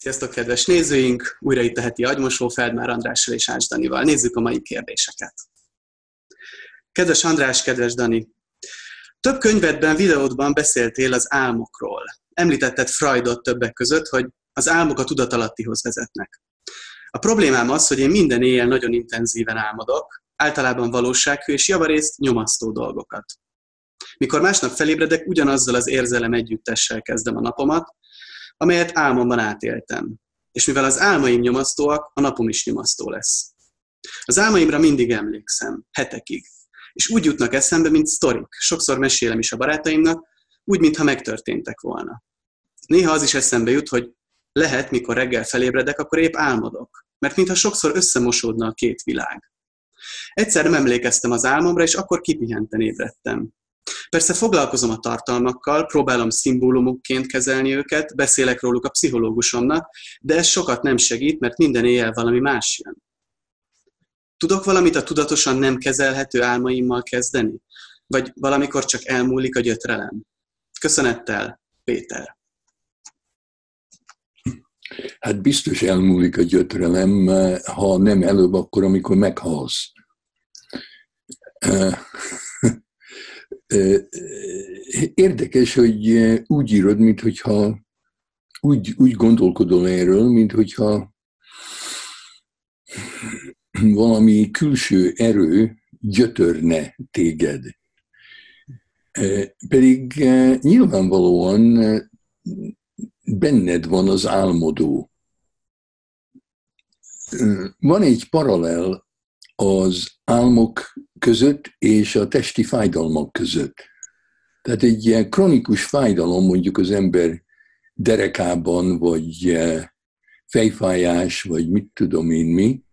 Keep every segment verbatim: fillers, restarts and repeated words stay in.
Sziasztok, kedves nézőink! Újra itt a heti agymosó Feldmár Andrással és Ács Danival. Nézzük a mai kérdéseket. Kedves András, kedves Dani! Több könyvedben, videódban beszéltél az álmokról. Említetted Freudot többek között, hogy az álmok a tudatalattihoz vezetnek. A problémám az, hogy én minden éjjel nagyon intenzíven álmodok, általában valósághű és javarészt nyomasztó dolgokat. Mikor másnap felébredek, ugyanazzal az érzelem együttessel kezdem a napomat, amelyet álmomban átéltem. És mivel az álmaim nyomasztóak, a napom is nyomasztó lesz. Az álmaimra mindig emlékszem, hetekig. És úgy jutnak eszembe, mint sztorik. Sokszor mesélem is a barátaimnak, úgy, mintha megtörténtek volna. Néha az is eszembe jut, hogy lehet, mikor reggel felébredek, akkor épp álmodok. Mert mintha sokszor összemosódna a két világ. Egyszer nem emlékeztem az álmomra, és akkor kipihenten ébredtem. Persze foglalkozom a tartalmakkal, próbálom szimbólumokként kezelni őket, beszélek róluk a pszichológusomnak, de ez sokat nem segít, mert minden éjjel valami más jön. Tudok valamit a tudatosan nem kezelhető álmaimmal kezdeni? Vagy valamikor csak elmúlik a gyötrelem? Köszönettel, Péter. Hát biztos elmúlik a gyötrelem, ha nem előbb, akkor amikor meghalsz. Érdekes, hogy úgy írod, minthogyha úgy, úgy gondolkodol erről, minthogyha valami külső erő gyötörne téged. Pedig nyilvánvalóan benned van az álmodó. Van egy paralel az álmok között és a testi fájdalmak között. Tehát egy ilyen kronikus fájdalom, mondjuk az ember derekában, vagy fejfájás, vagy mit tudom én mi,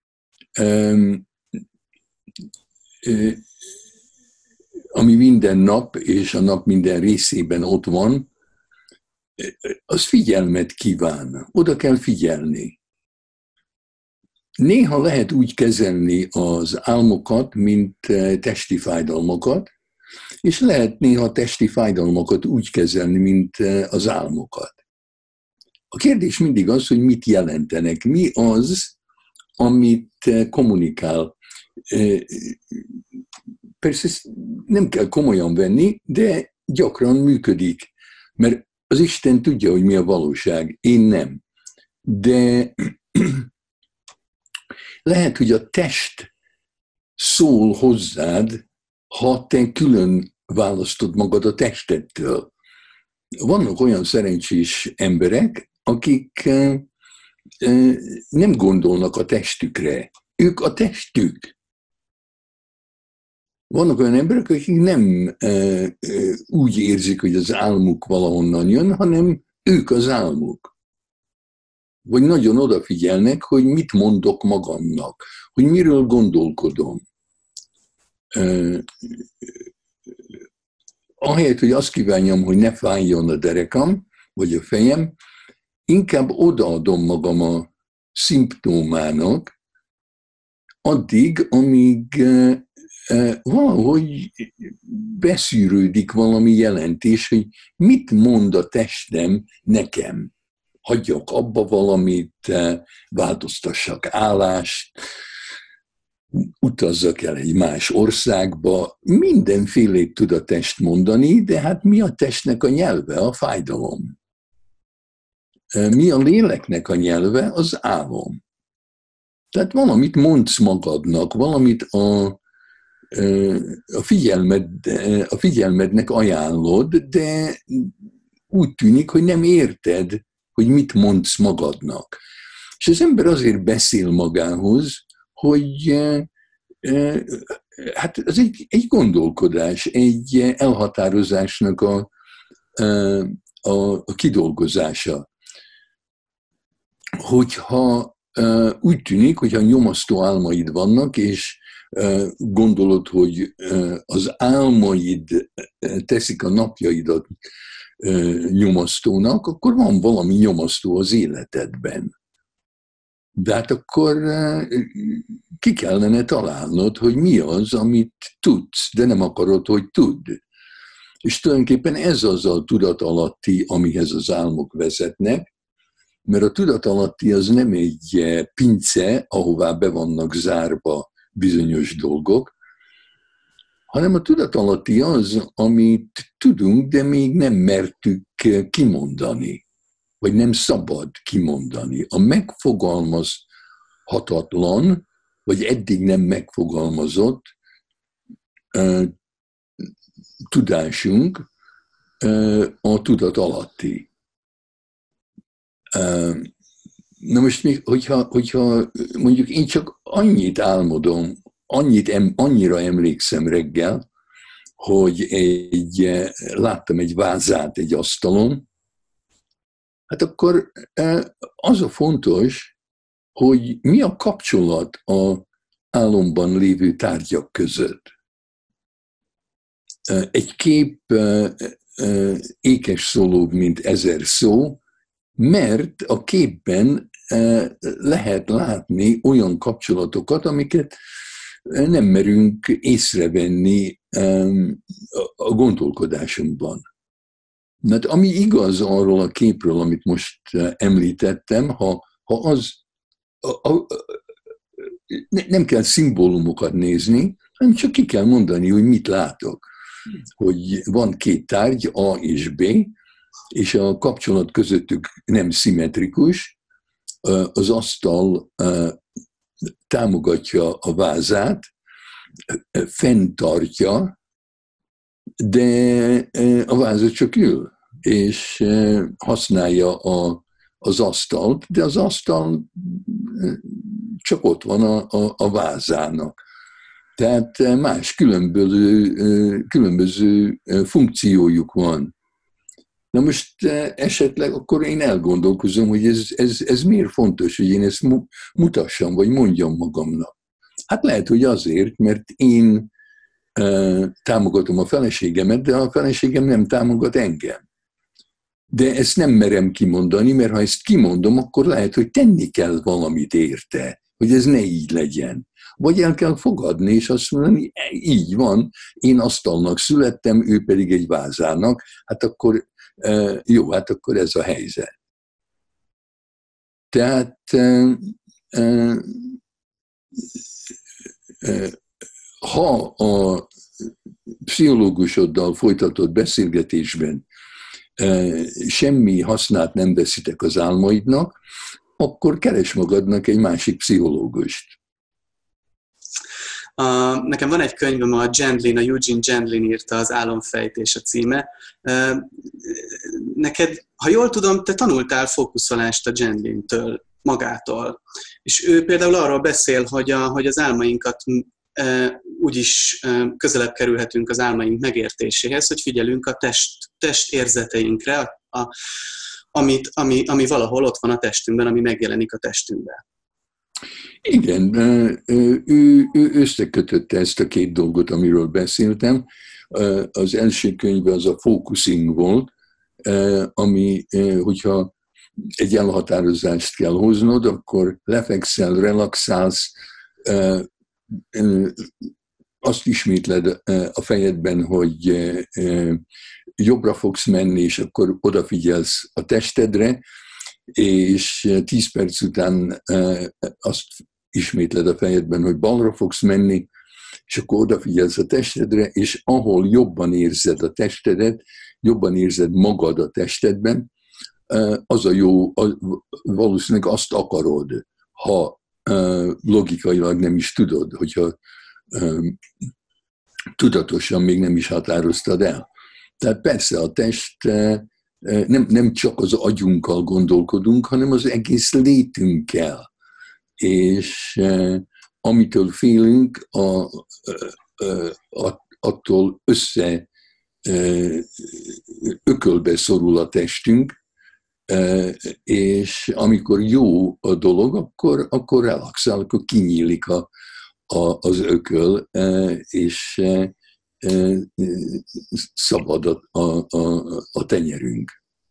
ami minden nap és a nap minden részében ott van, az figyelmet kíván. Oda kell figyelni. Néha lehet úgy kezelni az álmokat, mint testi fájdalmakat, és lehet néha testi fájdalmakat úgy kezelni, mint az álmokat. A kérdés mindig az, hogy mit jelentenek, mi az, amit kommunikál. Persze ezt nem kell komolyan venni, de gyakran működik, mert az Isten tudja, hogy mi a valóság, én nem. De lehet, hogy a test szól hozzád, ha te külön választod magad a testettől. Vannak olyan szerencsés emberek, akik nem gondolnak a testükre. Ők a testük. Vannak olyan emberek, akik nem úgy érzik, hogy az álmuk valahonnan jön, hanem ők az álmuk. Vagy nagyon odafigyelnek, hogy mit mondok magamnak, hogy miről gondolkodom. Ahelyett, hogy azt kívánjam, hogy ne fájjon a derekam, vagy a fejem, inkább odaadom magam a szimptomának, addig, amíg valahogy beszűrődik valami jelentés, hogy mit mond a testem nekem. Hagyjak abba valamit, változtassak állást, utazzak el egy más országba. Mindenfélét tud a test mondani, de hát mi a testnek a nyelve? A fájdalom. Mi a léleknek a nyelve? Az álom. Tehát valamit mondsz magadnak, valamit a, a, figyelmed, a figyelmednek ajánlod, de úgy tűnik, hogy nem érted, hogy mit mondsz magadnak. És az ember azért beszél magához, hogy hát ez egy, egy gondolkodás, egy elhatározásnak a, a, a kidolgozása. Hogyha úgy tűnik, hogyha nyomasztó álmaid vannak, és gondolod, hogy az álmaid teszik a napjaidat nyomasztónak, akkor van valami nyomasztó az életedben. De hát akkor ki kellene találnod, hogy mi az, amit tudsz, de nem akarod, hogy tudd. És tulajdonképpen ez az a tudatalatti, amihez az álmok vezetnek, Mert a tudatalatti az nem egy pince, ahová be vannak zárva bizonyos dolgok, hanem a tudatalatti az, amit tudunk, de még nem mertük kimondani, vagy nem szabad kimondani. A megfogalmazhatatlan, vagy eddig nem megfogalmazott uh, tudásunk uh, a tudatalatti. Uh, na most, még, hogyha, hogyha mondjuk én csak annyit álmodom, annyit, em, annyira emlékszem reggel, hogy egy, láttam egy vázát egy asztalon, hát akkor az a fontos, hogy mi a kapcsolat az álomban lévő tárgyak között. Egy kép ékes szólóbb, mint ezer szó, mert a képben lehet látni olyan kapcsolatokat, amiket nem merünk észrevenni a gondolkodásunkban. Mert ami igaz arról a képről, amit most említettem, ha, ha az, a, a, nem kell szimbólumokat nézni, hanem csak ki kell mondani, hogy mit látok. Hogy van két tárgy, A és B, és a kapcsolat közöttük nem szimmetrikus, az asztal támogatja a vázát, fenntartja, de a váza csak ül, és használja a, az asztalt, de az asztal csak ott van a, a, a vázának. Tehát más különböző, különböző funkciójuk van. Na most esetleg akkor én elgondolkozom, hogy ez, ez, ez miért fontos, hogy én ezt mutassam, vagy mondjam magamnak. Hát lehet, hogy azért, mert én uh, támogatom a feleségemet, de a feleségem nem támogat engem. De ezt nem merem kimondani, mert ha ezt kimondom, akkor lehet, hogy tenni kell valamit érte, hogy ez ne így legyen. Vagy el kell fogadni, és azt mondani, így van, én asztalnak születtem, ő pedig egy vázának, hát akkor uh, jó, hát akkor ez a helyzet. Tehát uh, uh, uh, ha a pszichológusoddal folytatott beszélgetésben uh, semmi hasznát nem veszitek az álmaidnak, akkor keres magadnak egy másik pszichológust. Uh, nekem van egy könyvem, a Gendlin, a Eugene Gendlin írta, az Álomfejtés a címe. Uh, neked, ha jól tudom, te tanultál fókuszolást a Gendlintől, magától. És ő például arról beszél, hogy, a, hogy az álmainkat uh, úgyis uh, közelebb kerülhetünk az álmaink megértéséhez, hogy figyelünk a test, test érzeteinkre, a, a, amit, ami, ami valahol ott van a testünkben, ami megjelenik a testünkben. Igen, ő, ő összekötötte ezt a két dolgot, amiről beszéltem. Az első könyve az a Focusing volt, ami, hogyha egy elhatározást kell hoznod, akkor lefekszel, relaxálsz, azt ismétled a fejedben, hogy jobbra fogsz menni, és akkor odafigyelsz a testedre, és tíz perc után azt ismétled a fejedben, hogy balra fogsz menni, és akkor odafigyelsz a testedre, és ahol jobban érzed a testedet, jobban érzed magad a testedben, az a jó, valószínűleg azt akarod, ha logikailag nem is tudod, hogyha tudatosan még nem is határoztad el. Tehát persze a test nem, nem csak az agyunkkal gondolkodunk, hanem az egész létünkkel. És amitől félünk, a, a, attól össze ökölbe szorul a testünk, és amikor jó a dolog, akkor, akkor relaxál, akkor kinyílik a, a, az ököl, és szabad a, a, a, a tenyerünk.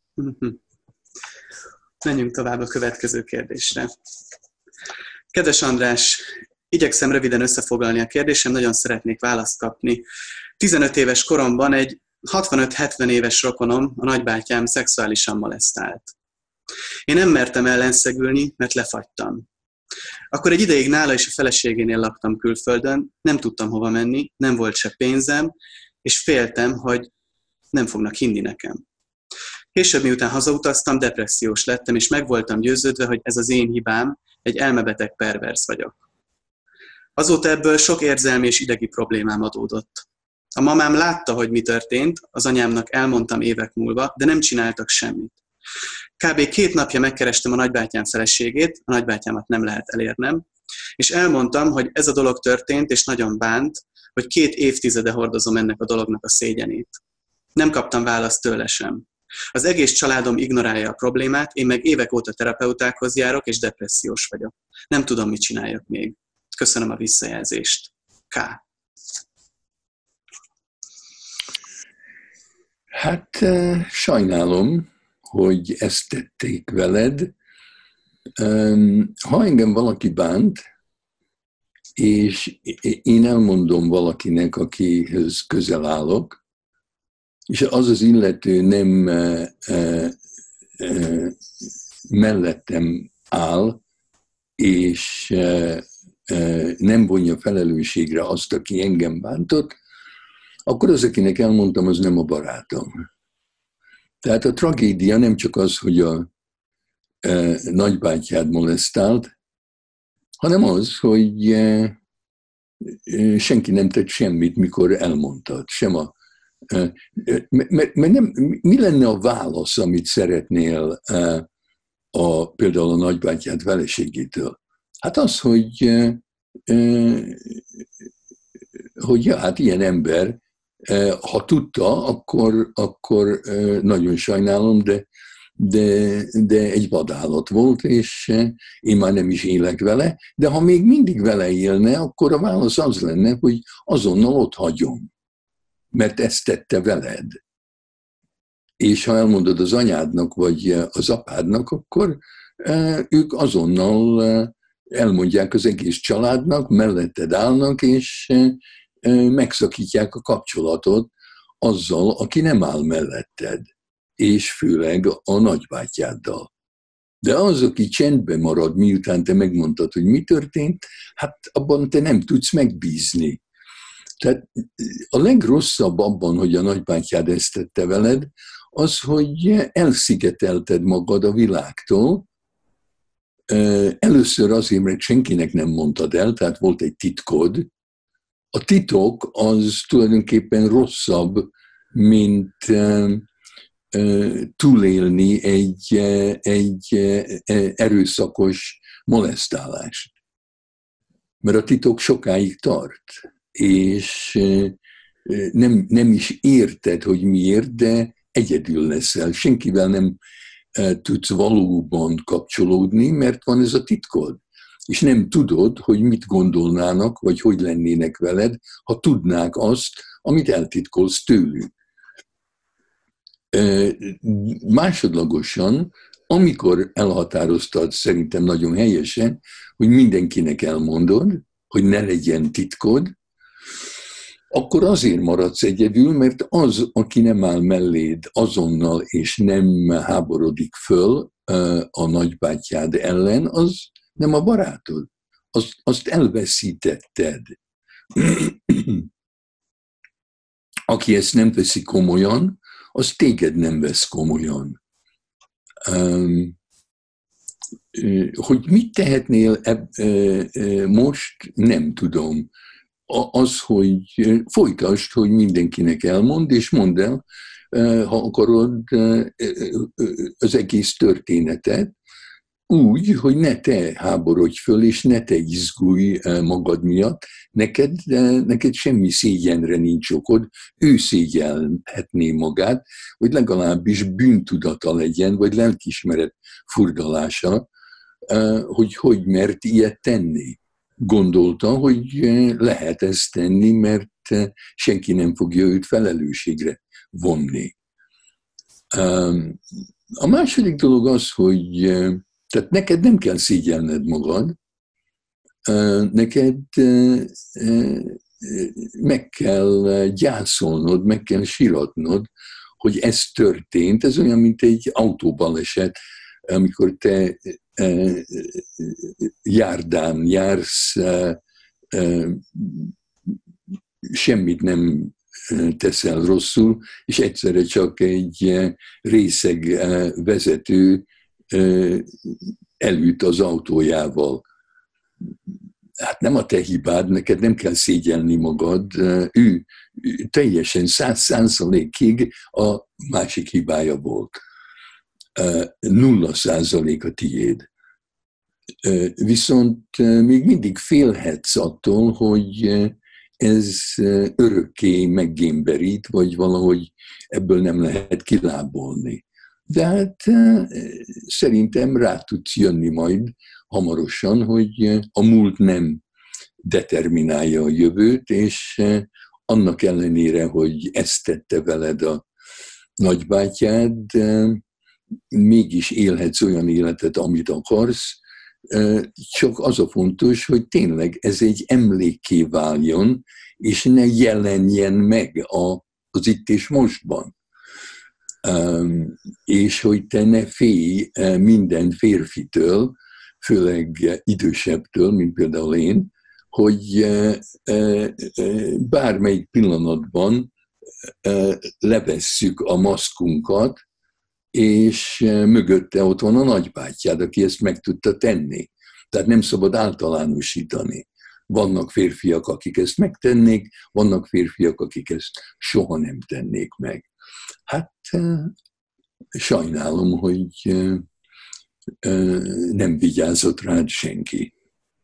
Menjünk tovább a következő kérdésre. Kedves András, igyekszem röviden összefoglalni a kérdésem, nagyon szeretnék választ kapni. tizenöt éves koromban egy hatvanöt-hetven éves rokonom, a nagybátyám szexuálisan molesztált. Én nem mertem ellenszegülni, mert lefagytam. Akkor egy ideig nála és a feleségénél laktam külföldön, nem tudtam hova menni, nem volt se pénzem, és féltem, hogy nem fognak hinni nekem. Később, miután hazautaztam, depressziós lettem, és meg voltam győződve, hogy ez az én hibám, egy elmebeteg pervers vagyok. Azóta ebből sok érzelmi és idegi problémám adódott. A mamám látta, hogy mi történt, az anyámnak elmondtam évek múlva, de nem csináltak semmit. Kb. két napja megkerestem a nagybátyám feleségét, a nagybátyámat nem lehet elérnem, és elmondtam, hogy ez a dolog történt, és nagyon bánt, hogy két évtizede hordozom ennek a dolognak a szégyenét. Nem kaptam választ tőle sem. Az egész családom ignorálja a problémát, én meg évek óta terapeutákhoz járok, és depressziós vagyok. Nem tudom, mit csináljak még. Köszönöm a visszajelzést. K. Hát sajnálom, hogy ezt tették veled. Ha engem valaki bánt, és én elmondom valakinek, akihez közel állok, és az az illető nem e, e, e, mellettem áll, és e, e, nem vonja felelősségre azt, aki engem bántott, akkor az, akinek elmondtam, az nem a barátom. Tehát a tragédia nem csak az, hogy a e, nagybátyád molesztált, hanem az, hogy e, e, senki nem tett semmit, mikor elmondtad, sem a Mert, mert nem, mi lenne a válasz, amit szeretnél a, például a nagybátyád feleségétől? Hát az, hogy, hogy ja, hát ilyen ember, ha tudta, akkor, akkor nagyon sajnálom, de, de, de egy vadállat volt, és én már nem is élek vele, de ha még mindig vele élne, akkor a válasz az lenne, hogy azonnal ott hagyom. Mert ezt tette veled. És ha elmondod az anyádnak, vagy az apádnak, akkor ők azonnal elmondják az egész családnak, melletted állnak, és megszakítják a kapcsolatot azzal, aki nem áll melletted, és főleg a nagybátyáddal. De az, aki csendben marad, miután te megmondtad, hogy mi történt, hát abban te nem tudsz megbízni. Tehát a legrosszabb abban, hogy a nagybátyád ezt tette veled, az, hogy elszigetelted magad a világtól. Először azért, mert senkinek nem mondtad el, tehát volt egy titkod. A titok az tulajdonképpen rosszabb, mint túlélni egy, egy erőszakos molesztálást. Mert a titok sokáig tart. És nem, nem is érted, hogy miért, de egyedül leszel. Senkivel nem tudsz valóban kapcsolódni, mert van ez a titkod. És nem tudod, hogy mit gondolnának, vagy hogy lennének veled, ha tudnák azt, amit eltitkolsz tőlük. Másodlagosan, amikor elhatároztad, szerintem nagyon helyesen, hogy mindenkinek elmondod, hogy ne legyen titkod, akkor azért maradsz egyedül, mert az, aki nem áll melléd azonnal, és nem háborodik föl a nagybátyád ellen, az nem a barátod. Azt, azt elveszítetted. Aki ezt nem veszi komolyan, az téged nem vesz komolyan. Hogy mit tehetnél most, nem tudom. Az, hogy folytasd, hogy mindenkinek elmond, és mondd el, ha akarod, az egész történetet, úgy, hogy ne te háborodj föl, és ne te izgulj magad miatt, neked, neked semmi szégyenre nincs okod, ő szégyelhetné magát, hogy legalábbis bűntudata legyen, vagy lelkiismeret furdalása, hogy hogy mert ilyet tenni. Gondolta, hogy lehet ezt tenni, mert senki nem fogja őt felelősségre vonni. A második dolog az, hogy tehát neked nem kell szégyelned magad, neked meg kell gyászolnod, meg kell síratnod, hogy ez történt. Ez olyan, mint egy autóbaleset. amikor te járdán jársz, semmit nem teszel rosszul, és egyszerre csak egy részeg vezető elüt az autójával. Hát nem a te hibád, neked nem kell szégyelni magad, ő teljesen száz százalékig a másik hibája volt. Nulla százalék a tiéd. Viszont még mindig félhetsz attól, hogy ez örökké meggémberít, vagy valahogy ebből nem lehet kilábolni. De hát szerintem rá tudsz jönni majd hamarosan, hogy a múlt nem determinálja a jövőt, és annak ellenére, hogy ezt tette veled a nagybátyád, mégis élhetsz olyan életet, amit akarsz, csak az a fontos, hogy tényleg ez egy emlékké váljon, és ne jelenjen meg az itt és mostban. És hogy te ne félj minden férfitől, főleg idősebbtől, mint például én, hogy bármelyik pillanatban levesszük a maszkunkat, és mögötte ott van a nagybátyád, aki ezt meg tudta tenni. Tehát nem szabad általánosítani. Vannak férfiak, akik ezt megtennék, vannak férfiak, akik ezt soha nem tennék meg. Hát sajnálom, hogy nem vigyázott rád senki.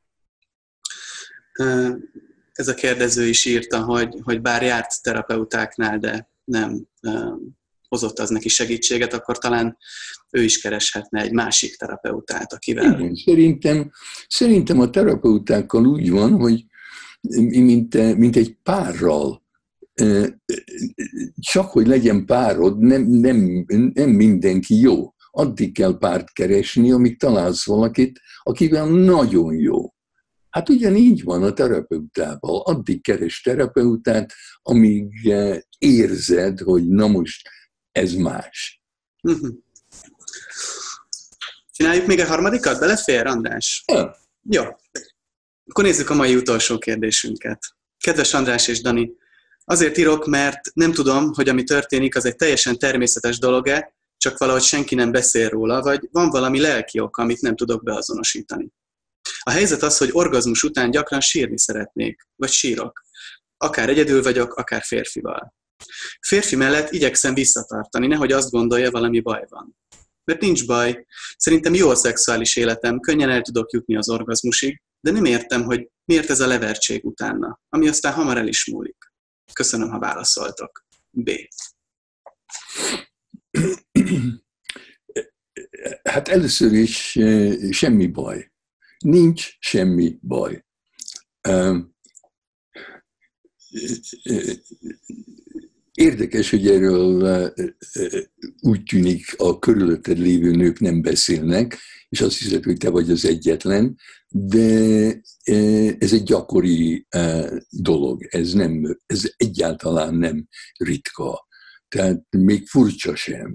Ez a kérdező is írta, hogy, hogy bár járt terapeutáknál, de nem hozott az neki segítséget, akkor talán ő is kereshetne egy másik terapeutát, akivel... Igen, szerintem, szerintem a terapeutákkal úgy van, hogy mint, mint egy párral, csak hogy legyen párod, nem, nem, nem mindenki jó. Addig kell párt keresni, amíg találsz valakit, akivel nagyon jó. Hát ugyanígy van a terapeutával. Addig keres terapeutát, amíg érzed, hogy na most ez más. Uh-huh. Csináljuk még a harmadikat? Belefér, András? Ja. Jó. Akkor nézzük a mai utolsó kérdésünket. Kedves András és Dani, azért írok, mert nem tudom, hogy ami történik, az egy teljesen természetes dolog-e, csak valahogy senki nem beszél róla, vagy van valami lelki oka, amit nem tudok beazonosítani. A helyzet az, hogy orgazmus után gyakran sírni szeretnék, vagy sírok. Akár egyedül vagyok, akár férfival. Férfi mellett igyekszem visszatartani, nehogy azt gondolja, valami baj van. Mert nincs baj. Szerintem jó a szexuális életem, könnyen el tudok jutni az orgazmusig, de nem értem, hogy miért ez a levertség utána, ami aztán hamar el is múlik. Köszönöm, ha válaszoltok. B. Hát először is semmi baj. Nincs semmi baj. Érdekes, hogy erről úgy tűnik, a körülötted lévő nők nem beszélnek, és azt hiszed, hogy te vagy az egyetlen, de ez egy gyakori dolog, ez, nem, ez egyáltalán nem ritka, tehát még furcsa sem.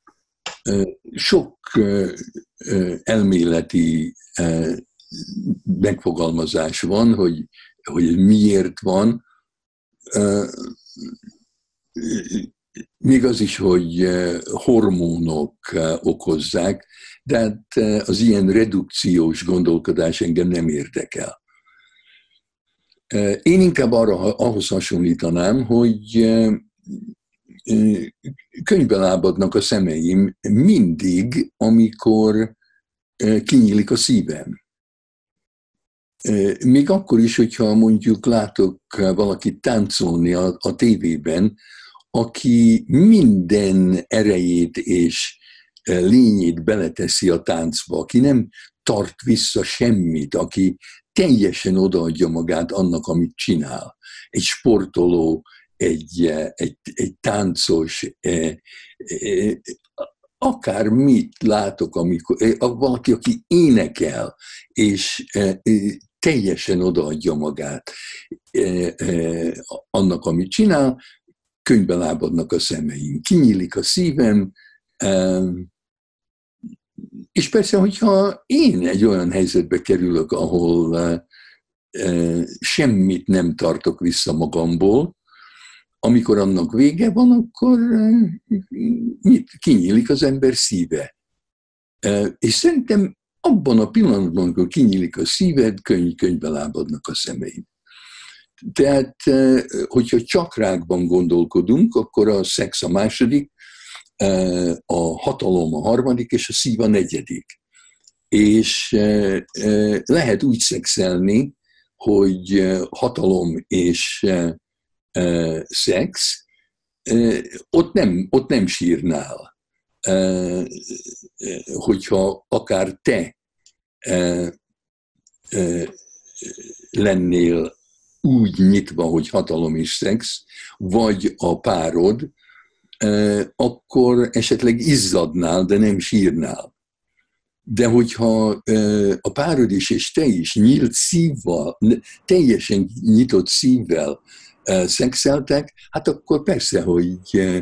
Sok elméleti megfogalmazás van, hogy, hogy miért van. Még az is, hogy hormonok okozzák, de hát az ilyen redukciós gondolkodás engem nem érdekel. Én inkább arra, ahhoz hasonlítanám, hogy könnybe lábadnak a szemeim mindig, amikor kinyílik a szívem. Még akkor is, hogyha mondjuk látok valakit táncolni a, a tévében, aki minden erejét és lényét beleteszi a táncba, aki nem tart vissza semmit, aki teljesen odaadja magát annak, amit csinál. Egy sportoló, egy, egy, egy táncos, akármit látok, amikor valaki, aki énekel, és teljesen odaadja magát annak, amit csinál, könnybe lábadnak a szemeim, kinyílik a szívem, és persze, hogyha én egy olyan helyzetbe kerülök, ahol semmit nem tartok vissza magamból, amikor annak vége van, akkor kinyílik az ember szíve. És szerintem abban a pillanatban, amikor kinyílik a szíved, könny, könnybe lábadnak a szemeid. Tehát, hogyha csakrákban gondolkodunk, akkor a szex a második, a hatalom a harmadik, és a szív a negyedik. És lehet úgy szexelni, hogy hatalom és szex, ott nem, ott nem sírnál. Hogyha akár te lennél úgy nyitva, hogy hatalom és szex, vagy a párod, akkor esetleg izzadnál, de nem sírnál. De hogyha a párod is és te is nyílt szívval, teljesen nyitott szívvel szexeltek, hát akkor persze, hogy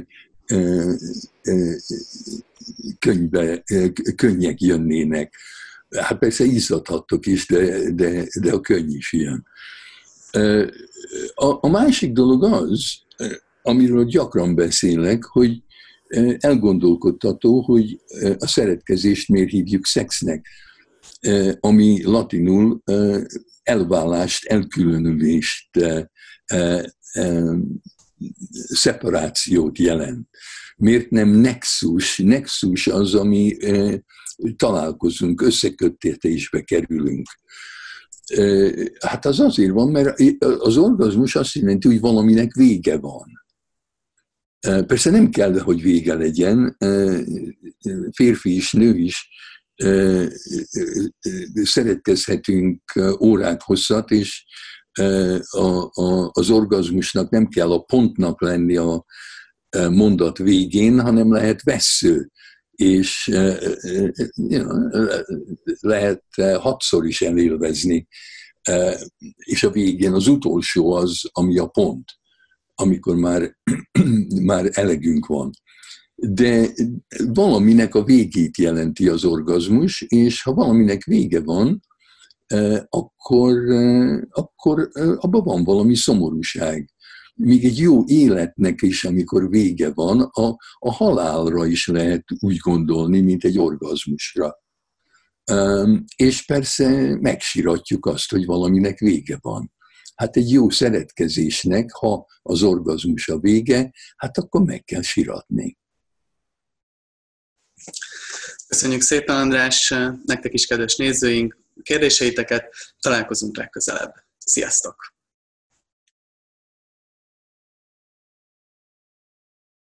könyvbe, könnyek jönnének. Hát persze izzadhattok is, de, de, de a könny is ilyen. A, a másik dolog az, amiről gyakran beszélek, hogy elgondolkodtató, hogy a szeretkezést miért hívjuk szexnek, ami latinul elválást, elkülönülést, szeparációt jelent. Miért nem nexus? Nexus az, ami találkozunk, összeköttetésbe kerülünk. Hát az azért van, mert az orgazmus azt jelenti, hogy valaminek vége van. Persze nem kell, hogy vége legyen, férfi is, nő is szeretkezhetünk órák hosszat, és az orgazmusnak nem kell a pontnak lenni a mondat végén, hanem lehet vessző, és lehet hatszor is elélvezni, és a végén az utolsó az, ami a pont, amikor már, már elegünk van. De valaminek a végét jelenti az orgazmus, és ha valaminek vége van, akkor, akkor abban van valami szomorúság. Még egy jó életnek is, amikor vége van, a, a halálra is lehet úgy gondolni, mint egy orgazmusra. És persze megsiratjuk azt, hogy valaminek vége van. Hát egy jó szeretkezésnek, ha az orgazmus a vége, hát akkor meg kell siratni. Köszönjük szépen, András, nektek is, kedves nézőink, kérdéseiteket, találkozunk legközelebb. Sziasztok!